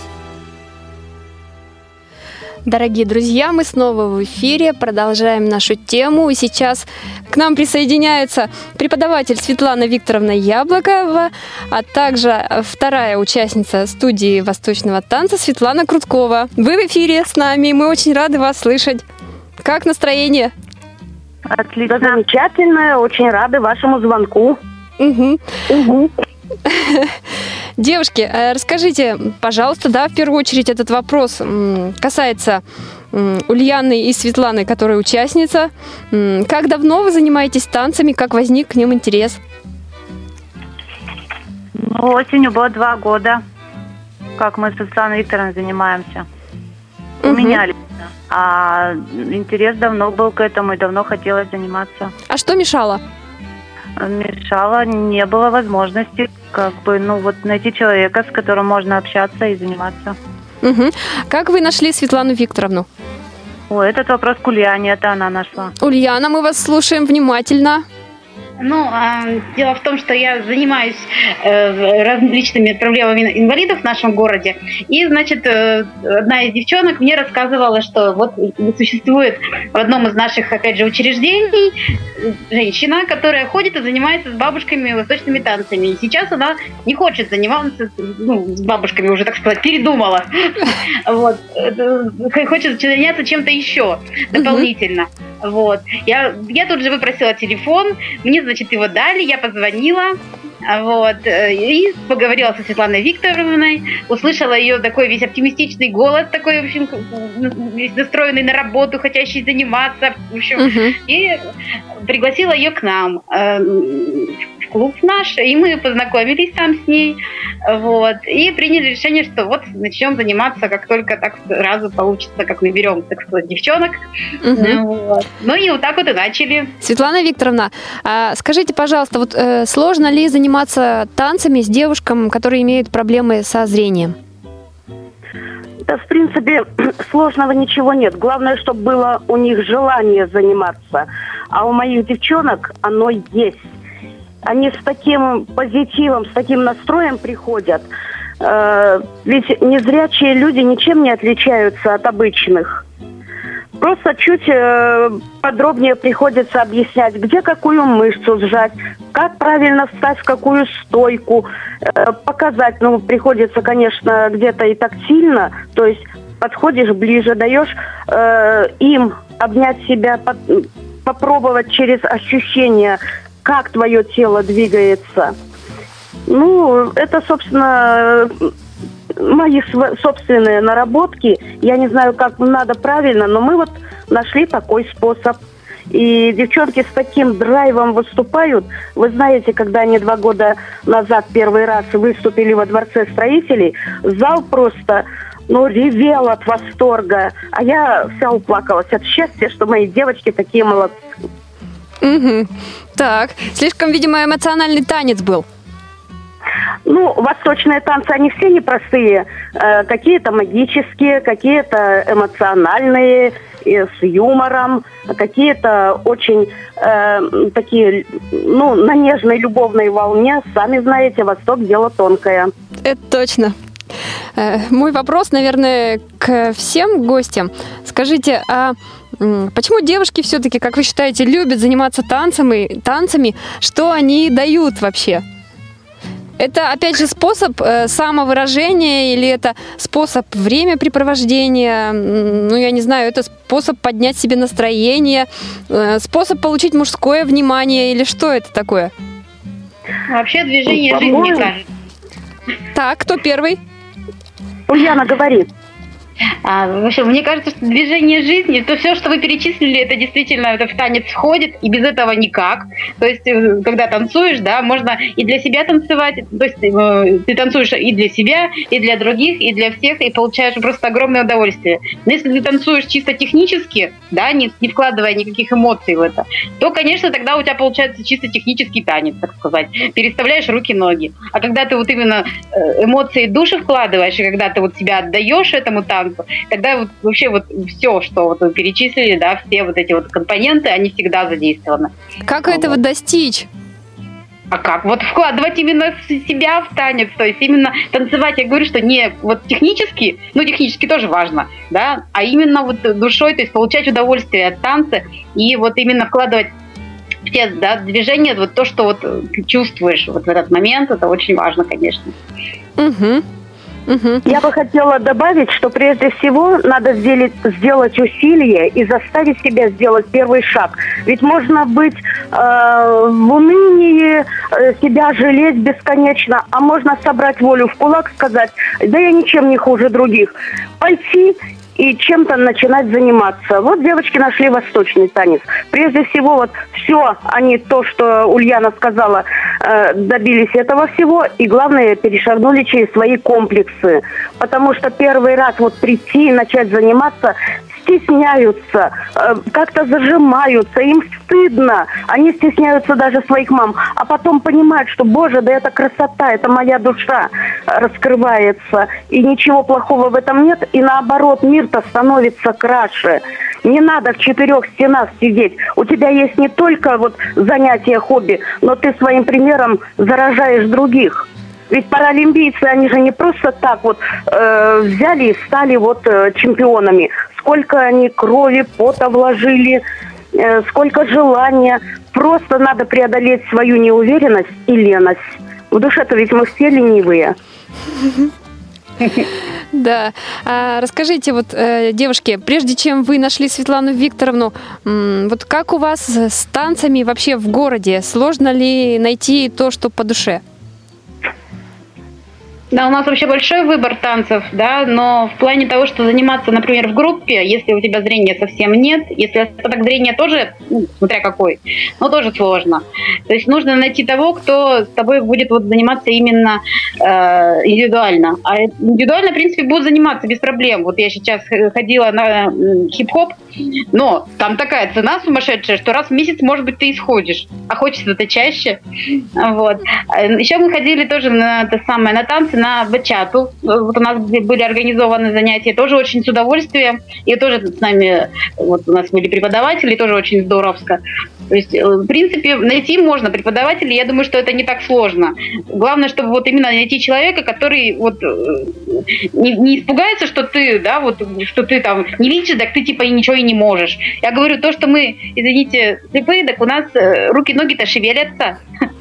Дорогие друзья, мы снова в эфире, продолжаем нашу тему. И сейчас к нам присоединяется преподаватель Светлана Викторовна Яблокова, а также вторая участница студии восточного танца Светлана Круткова. Вы в эфире с нами, мы очень рады вас слышать. Как настроение? Отлично, замечательно, очень рады вашему звонку. Угу. Угу. Девушки, э, расскажите, пожалуйста, да, в первую очередь этот вопрос м, касается м, Ульяны и Светланы, которая участница. М, Как давно вы занимаетесь танцами, как возник к ним интерес? Ну, осенью было два года, как мы с Светланой Викторовной занимаемся. У Мгм. меня лично. А интерес давно был к этому и давно хотелось заниматься. А что мешало? Мешало, не было возможности как бы, ну вот найти человека, с которым можно общаться и заниматься. Мгм. Как вы нашли Светлану Викторовну? О, этот вопрос к Ульяне, это она нашла. Ульяна, мы вас слушаем внимательно. Ну, а, дело в том, что я занимаюсь э, различными проблемами инвалидов в нашем городе. И, значит, э, одна из девчонок мне рассказывала, что вот существует в одном из наших, опять же, учреждений женщина, которая ходит и занимается с бабушками восточными танцами. И сейчас она не хочет заниматься, ну, с бабушками уже, так сказать, передумала. Вот. Хочет заняться чем-то еще дополнительно. Вот. Я, я тут же выпросила телефон, мне, значит, его дали, я позвонила, вот, и поговорила со Светланой Викторовной, услышала ее такой весь оптимистичный голос, такой, в общем, весь настроенный на работу, хотящий заниматься, в общем, uh-huh. и пригласила ее к нам в клуб наш, и мы познакомились там с ней, вот, и приняли решение, что вот начнем заниматься, как только так сразу получится, как наберем, так сказать, девчонок, uh-huh. вот. Ну и вот так вот и начали. Светлана Викторовна, скажите, пожалуйста, вот э, сложно ли заниматься танцами с девушками, которые имеют проблемы со зрением? Да, в принципе, сложного ничего нет. Главное, чтобы было у них желание заниматься. А у моих девчонок оно есть. Они с таким позитивом, с таким настроем приходят. Э, ведь незрячие люди ничем не отличаются от обычных. Просто чуть э, подробнее приходится объяснять, где какую мышцу сжать, как правильно встать, в какую стойку, э, показать. Ну, приходится, конечно, где-то и тактильно, то есть подходишь ближе, даешь э, им обнять себя, под, попробовать через ощущения, как твое тело двигается. Ну, это, собственно... мои собственные наработки. Я не знаю, как надо правильно, но мы вот нашли такой способ. И девчонки с таким драйвом выступают. Вы знаете, когда они два года назад первый раз выступили во Дворце строителей, зал просто, ну, ревел от восторга. А я вся уплакалась от счастья, что мои девочки такие молодцы. Угу. Так, слишком, видимо, эмоциональный танец был. Ну, восточные танцы, они все непростые. Э, какие-то магические, какие-то эмоциональные, э, с юмором, какие-то очень э, такие, ну, на нежной любовной волне. Сами знаете, Восток – дело тонкое. Это точно. Э, мой вопрос, наверное, к всем гостям. Скажите, а почему девушки все-таки, как вы считаете, любят заниматься танцами, танцами? Что они дают вообще? Это, опять же, способ э, самовыражения или это способ времяпрепровождения? Ну, я не знаю, это способ поднять себе настроение, э, способ получить мужское внимание или что это такое? Вообще движение жизни, мне кажется. Так, кто первый? Ульяна, говори. А, в общем, мне кажется, что движение жизни, то все, что вы перечислили, это действительно это в танец входит, и без этого никак. То есть, когда танцуешь, да, можно и для себя танцевать, то есть э, ты танцуешь и для себя, и для других, и для всех, и получаешь просто огромное удовольствие. Но если ты танцуешь чисто технически, да, не, не вкладывая никаких эмоций в это, то, конечно, тогда у тебя получается чисто технический танец, так сказать. Переставляешь руки-ноги. А когда ты вот именно эмоции души вкладываешь, и когда ты вот себя отдаешь этому танцу, тогда вот вообще вот все, что вот вы перечислили, да, все вот эти вот компоненты, они всегда задействованы. Как вот. этого достичь? А как? Вот вкладывать именно себя в танец, то есть именно танцевать, я говорю, что не вот технически, ну технически тоже важно, да, а именно вот душой, то есть получать удовольствие от танца и вот именно вкладывать в те, да, движения, вот то, что вот ты чувствуешь вот в этот момент, это очень важно, конечно. Угу. Угу. Я бы хотела добавить, что прежде всего надо сделать, сделать усилие и заставить себя сделать первый шаг. Ведь можно быть э, в унынии, э, себя жалеть бесконечно, а можно собрать волю в кулак, сказать, да я ничем не хуже других. Пойти и чем-то начинать заниматься. Вот девочки нашли восточный танец. Прежде всего, вот все, они то, что Ульяна сказала, э, добились этого всего, и главное, перешагнули через свои комплексы. Потому что первый раз вот прийти и начать заниматься, стесняются, э, как-то зажимаются, им стыдно. Они стесняются даже своих мам. А потом понимают, что, боже, да это красота, это моя душа раскрывается. И ничего плохого в этом нет. И наоборот, мир-то становится краше. Не надо в четырех стенах сидеть. У тебя есть не только вот занятия, хобби, но ты своим примером заражаешь других. Ведь паралимпийцы, они же не просто так вот э, взяли и стали вот э, чемпионами. Сколько они крови, пота вложили, э, сколько желания. Просто надо преодолеть свою неуверенность и леность. В душе-то ведь мы все ленивые. Да. А расскажите, вот, э, девушки, прежде чем вы нашли Светлану Викторовну, м, вот как у вас с танцами вообще в городе? Сложно ли найти то, что по душе? Да, у нас вообще большой выбор танцев, да, но в плане того, что заниматься, например, в группе, если у тебя зрения совсем нет, если остаток зрения тоже, ну, смотря какой, но тоже сложно. То есть нужно найти того, кто с тобой будет вот заниматься именно э, индивидуально. А индивидуально, в принципе, будут заниматься без проблем. Вот я сейчас ходила на хип-хоп, но там такая цена сумасшедшая, что раз в месяц, может быть, ты исходишь, а хочется-то чаще. Вот. Еще мы ходили тоже на то самое, на танцы, на бачату. Вот у нас были организованы занятия, тоже очень с удовольствием. И тоже с нами, вот у нас были преподаватели, тоже очень здоровско. То есть, в принципе, найти можно преподавателей, я думаю, что это не так сложно. Главное, чтобы вот именно найти человека, который вот не, не испугается, что ты, да, вот, что ты там не видишь, так ты типа и ничего и не можешь. Я говорю, то, что мы, извините, слепые, так у нас руки-ноги-то шевелятся.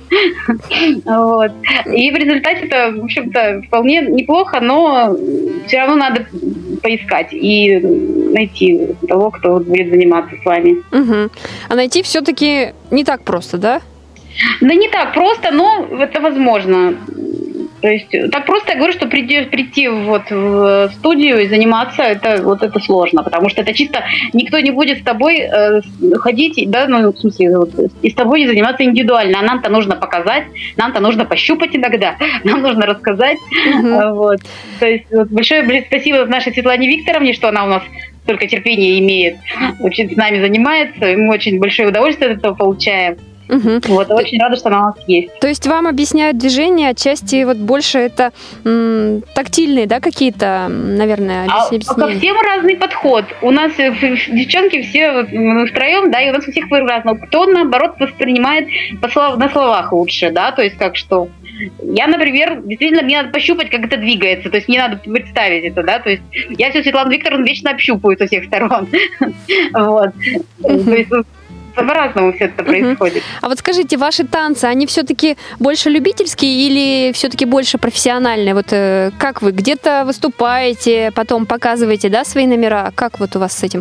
Вот. И в результате это, в общем-то, вполне неплохо, но все равно надо поискать и найти того, кто будет заниматься с вами. Угу. А найти все-таки не так просто, да? Да не так просто, но это возможно. То есть так просто я говорю, что прийти, прийти вот в студию и заниматься, это вот это сложно, потому что это чисто никто не будет с тобой э, ходить, да, ну в смысле вот, и с тобой заниматься индивидуально. А нам-то нужно показать, нам-то нужно пощупать иногда, нам нужно рассказать. Mm-hmm. Вот. То есть вот, большое спасибо нашей Светлане Викторовне, что она у нас столько терпения имеет, вообще с нами занимается, и мы очень большое удовольствие от этого получаем. Угу. Вот, очень рада, что она у нас есть. То есть вам объясняют движения, отчасти вот больше это м, тактильные, да, какие-то, наверное, а ко всем разный подход. У нас девчонки все вот, мы втроем, да, и у нас у всех по-разному. Кто, наоборот, воспринимает по слов, на словах лучше, да, то есть как что. Я, например, действительно, мне надо пощупать, как это двигается, то есть мне надо представить это, да, то есть я всю Светлану Викторовну вечно общупаю со всех сторон. Вот. То есть по-разному все это происходит. Uh-huh. А вот скажите, ваши танцы, они все-таки больше любительские или все-таки больше профессиональные? Вот э, как вы где-то выступаете, потом показываете, да, свои номера? Как вот у вас с этим?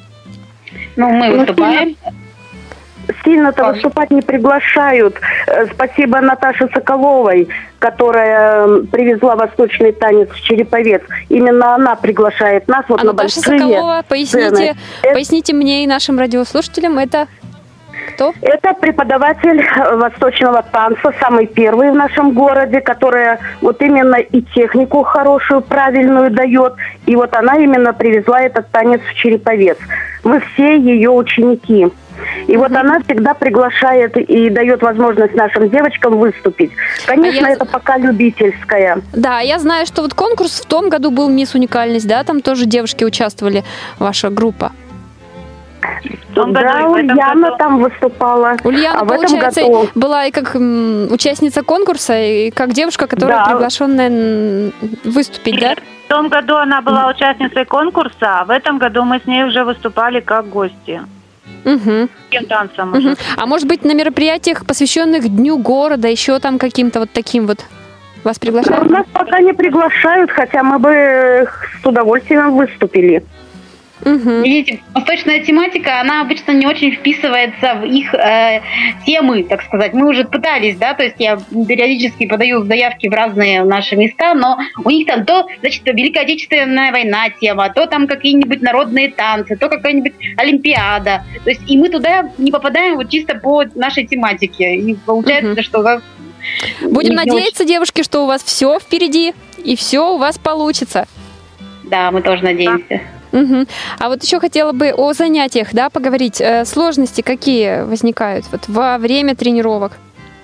Ну, мы выступаем. Сильно-то а. выступать не приглашают. Спасибо Наташе Соколовой, которая привезла восточный танец в Череповец. Именно она приглашает нас вот а на Наташа большие Соколова, поясните, поясните мне и нашим радиослушателям, это кто? Это преподаватель восточного танца, самый первый в нашем городе, которая вот именно и технику хорошую, правильную дает. И вот она именно привезла этот танец в Череповец. Мы все ее ученики. И mm-hmm. вот она всегда приглашает и дает возможность нашим девочкам выступить. Конечно, а я... это пока любительская. Да, я знаю, что вот конкурс в том году был «Мисс Уникальность», да? Там тоже девушки участвовали, ваша группа. Да, году, Ульяна году... там выступала. Ульяна, а в получается, этом году... была и как м, участница конкурса, и как девушка, которая да. приглашенная выступить, да? В том году она была участницей конкурса, а в этом году мы с ней уже выступали как гости. Угу. Танцам угу. А может быть, на мероприятиях, посвященных Дню города, еще там каким-то вот таким вот? Вас приглашают? Нас пока не приглашают, хотя мы бы с удовольствием выступили. Угу. Видите, восточная тематика, она обычно не очень вписывается в их э, темы, так сказать. Мы уже пытались, да, то есть я периодически подаю заявки в разные наши места, но у них там то, значит, Великая Отечественная война тема, то там какие-нибудь народные танцы, то какая-нибудь Олимпиада. То есть и мы туда не попадаем вот чисто по нашей тематике. И получается, угу. что у нас... Будем надеяться, очень... девушки, что у вас все впереди, и все у вас получится. Да, мы тоже надеемся. Угу. А вот еще хотела бы о занятиях, да, поговорить. Э, сложности какие возникают вот во время тренировок?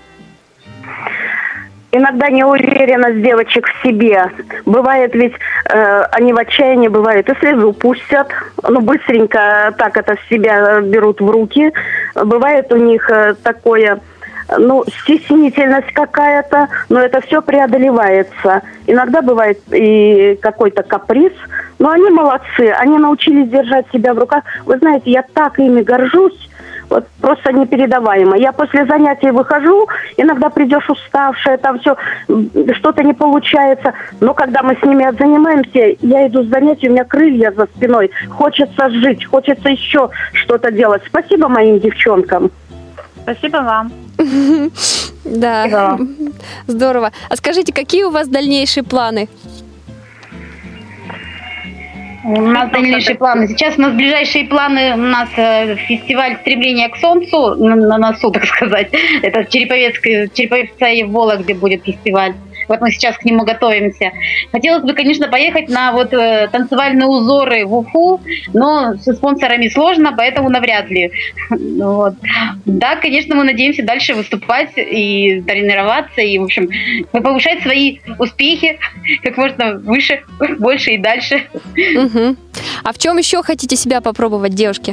Иногда неуверенность девочек в себе. Бывает ведь, э, они в отчаянии бывают и слезу пустят, ну, быстренько так это в себя берут в руки. Бывает у них э, такое... Ну, стеснительность какая-то, но это все преодолевается. Иногда бывает и какой-то каприз, но они молодцы, они научились держать себя в руках. Вы знаете, я так ими горжусь, вот просто непередаваемо. Я после занятий выхожу, иногда придешь уставшая, там все, что-то не получается, но когда мы с ними занимаемся, я иду с занятий, у меня крылья за спиной, хочется жить, хочется еще что-то делать. Спасибо моим девчонкам. Спасибо вам. Да, здорово. А скажите, какие у вас дальнейшие планы? У нас дальнейшие планы. Сейчас у нас ближайшие планы, у нас э, фестиваль «Стремление к солнцу» на, на носу, так сказать. Это в Череповецкой, Череповце и в Вологде будет фестиваль. Вот мы сейчас к нему готовимся. Хотелось бы, конечно, поехать на вот э, танцевальные узоры в Уфу, но со спонсорами сложно, поэтому навряд ли. Вот. Да, конечно, мы надеемся дальше выступать и тренироваться, и, в общем, повышать свои успехи как можно выше, больше и дальше. Угу. А в чем еще хотите себя попробовать, девушки?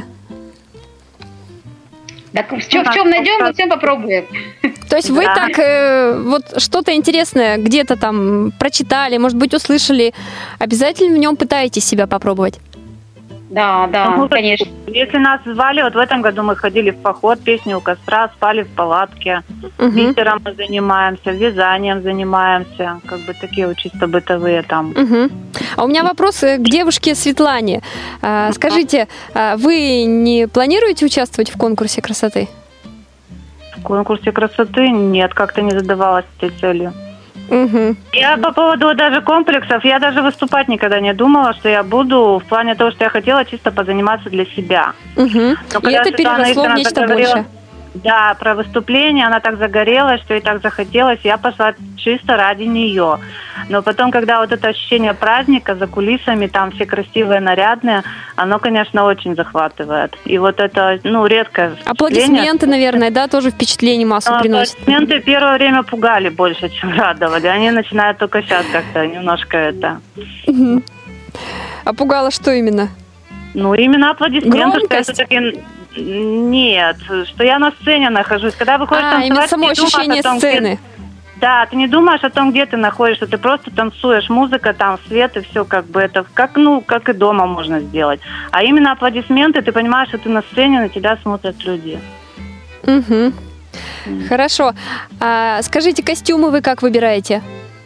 Так, в чем, в чем найдем, во всем попробуем. То есть вы да. так, э, вот что-то интересное где-то там прочитали, может быть, услышали, обязательно в нем пытаетесь себя попробовать? Да, да, ну, конечно. Если нас звали, вот в этом году мы ходили в поход, песни у костра, спали в палатке, угу. бисером мы занимаемся, вязанием занимаемся, как бы такие вот чисто бытовые там. Угу. А у меня вопрос к девушке Светлане. А, скажите, а вы не планируете участвовать в конкурсе красоты? В конкурсе красоты нет, как-то не задавалась этой целью. Угу. Я по поводу даже комплексов, я даже выступать никогда не думала, что я буду, в плане того, что я хотела чисто позаниматься для себя. Угу. И это переросло в нечто большее. Да, про выступление, она так загорелась, что ей так захотелось, я пошла чисто ради нее. Но потом, когда вот это ощущение праздника за кулисами, там все красивые, нарядные, оно, конечно, очень захватывает. И вот это, ну, редкое впечатление. Аплодисменты, наверное, да, тоже впечатление массу Но приносят. Аплодисменты первое время пугали больше, чем радовали. Они начинают только сейчас как-то немножко это... Угу. А пугало что именно? Ну, именно аплодисменты. Громкость? Что это такие... Нет, что я на сцене нахожусь. Когда выходишь а, танцевать, именно само ощущение том, сцены. Где... Да, ты не думаешь о том, где ты находишься, ты просто танцуешь, музыка, там, свет и все, как бы это, как, ну, как и дома можно сделать. А именно аплодисменты, ты понимаешь, что ты на сцене, на тебя смотрят люди. Угу. Mm. Хорошо. А, скажите, костюмы вы как выбираете?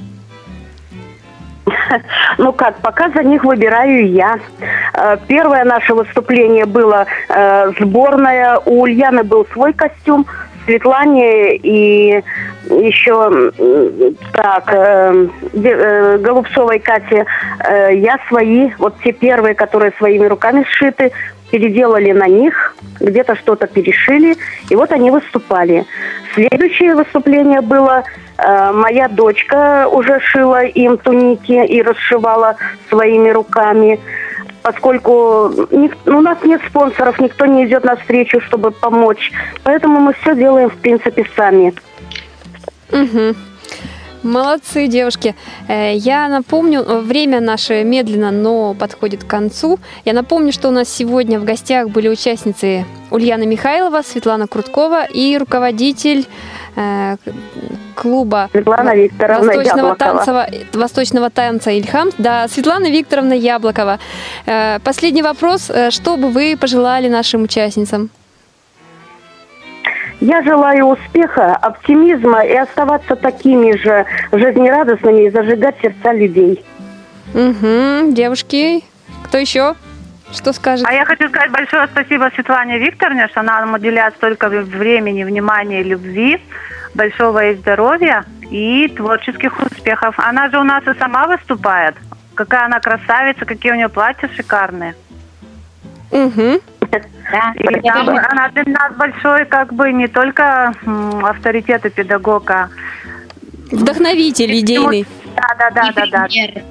Ну как, пока за них выбираю я. Первое наше выступление было э, сборное. У Ульяны был свой костюм, Светлане и еще так, э, э, Голубцовой Кате э, я свои, вот те первые, которые своими руками сшиты, переделали на них, где-то что-то перешили, и вот они выступали. Следующее выступление было, э, моя дочка уже шила им туники и расшивала своими руками. Поскольку ник- у нас нет спонсоров, никто не идет навстречу, чтобы помочь. Поэтому мы все делаем, в принципе, сами. Угу. Молодцы, девушки. Я напомню, время наше медленно, но подходит к концу. Я напомню, что у нас сегодня в гостях были участницы Ульяна Михайлова, Светлана Круткова и руководитель э, клуба Светлана Викторовна Восточного, танцева, Яблокова. Восточного танца «Ильхам». Да, Светлана Викторовна Яблокова. Э, последний вопрос. Что бы вы пожелали нашим участницам? Я желаю успеха, оптимизма и оставаться такими же жизнерадостными и зажигать сердца людей. Угу, девушки, кто еще? Что скажет? А я хочу сказать большое спасибо Светлане Викторовне, что она нам уделяет столько времени, внимания, любви, большого ей здоровья и творческих успехов. Она же у нас и сама выступает. Какая она красавица, какие у нее платья шикарные. Угу. Да, и она, она для нас большой, как бы, не только м, авторитет и педагог, а вдохновитель идейный. Да, да, да, и да, да. пример.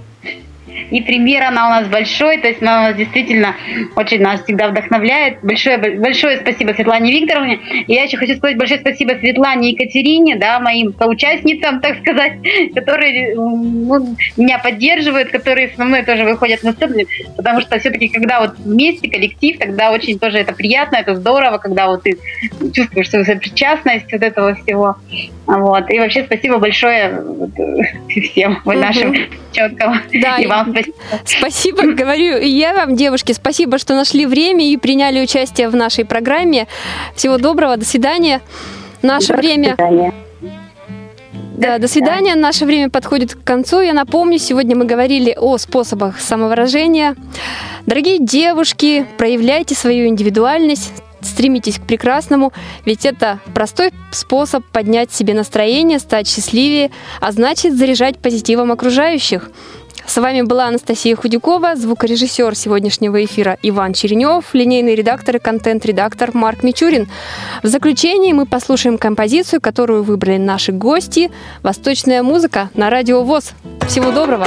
И пример она у нас большой, то есть она у нас действительно очень нас всегда вдохновляет. Большое, большое спасибо Светлане Викторовне. И я еще хочу сказать большое спасибо Светлане и Екатерине, да, моим соучастницам, так сказать, которые ну, меня поддерживают, которые со мной тоже выходят на сцену, потому что все-таки, когда вот вместе коллектив, тогда очень тоже это приятно, это здорово, когда вот ты чувствуешь свою сопричастность вот этого всего. Вот. И вообще спасибо большое всем, вот нашим четкого. Да, и вам спасибо. Спасибо, говорю и я вам, девушки, спасибо, что нашли время и приняли участие в нашей программе. Всего доброго, до свидания. Наше до время... свидания. Да, до свидания. Наше время подходит к концу. Я напомню, сегодня мы говорили о способах самовыражения. Дорогие девушки, проявляйте свою индивидуальность, стремитесь к прекрасному, ведь это простой способ поднять себе настроение, стать счастливее, а значит заряжать позитивом окружающих. С вами была Анастасия Худякова, звукорежиссер сегодняшнего эфира Иван Черенев, линейный редактор и контент-редактор Марк Мичурин. В заключении мы послушаем композицию, которую выбрали наши гости. «Восточная музыка» на Радио ВОС. Всего доброго!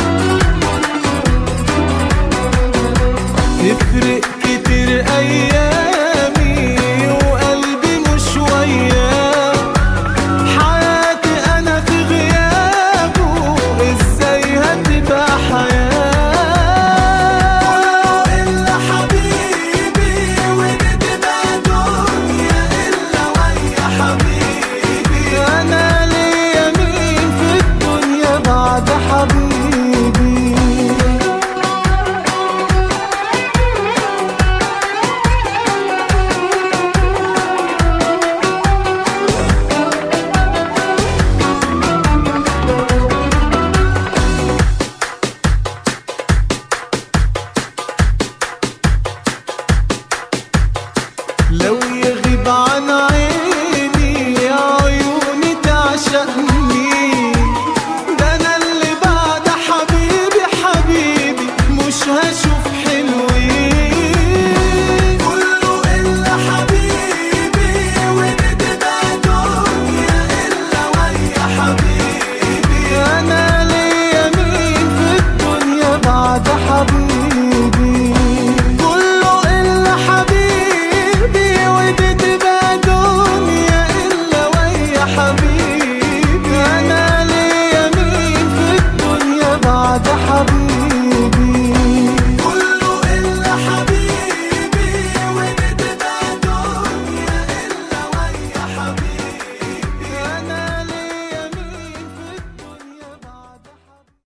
تفرق كتير أيام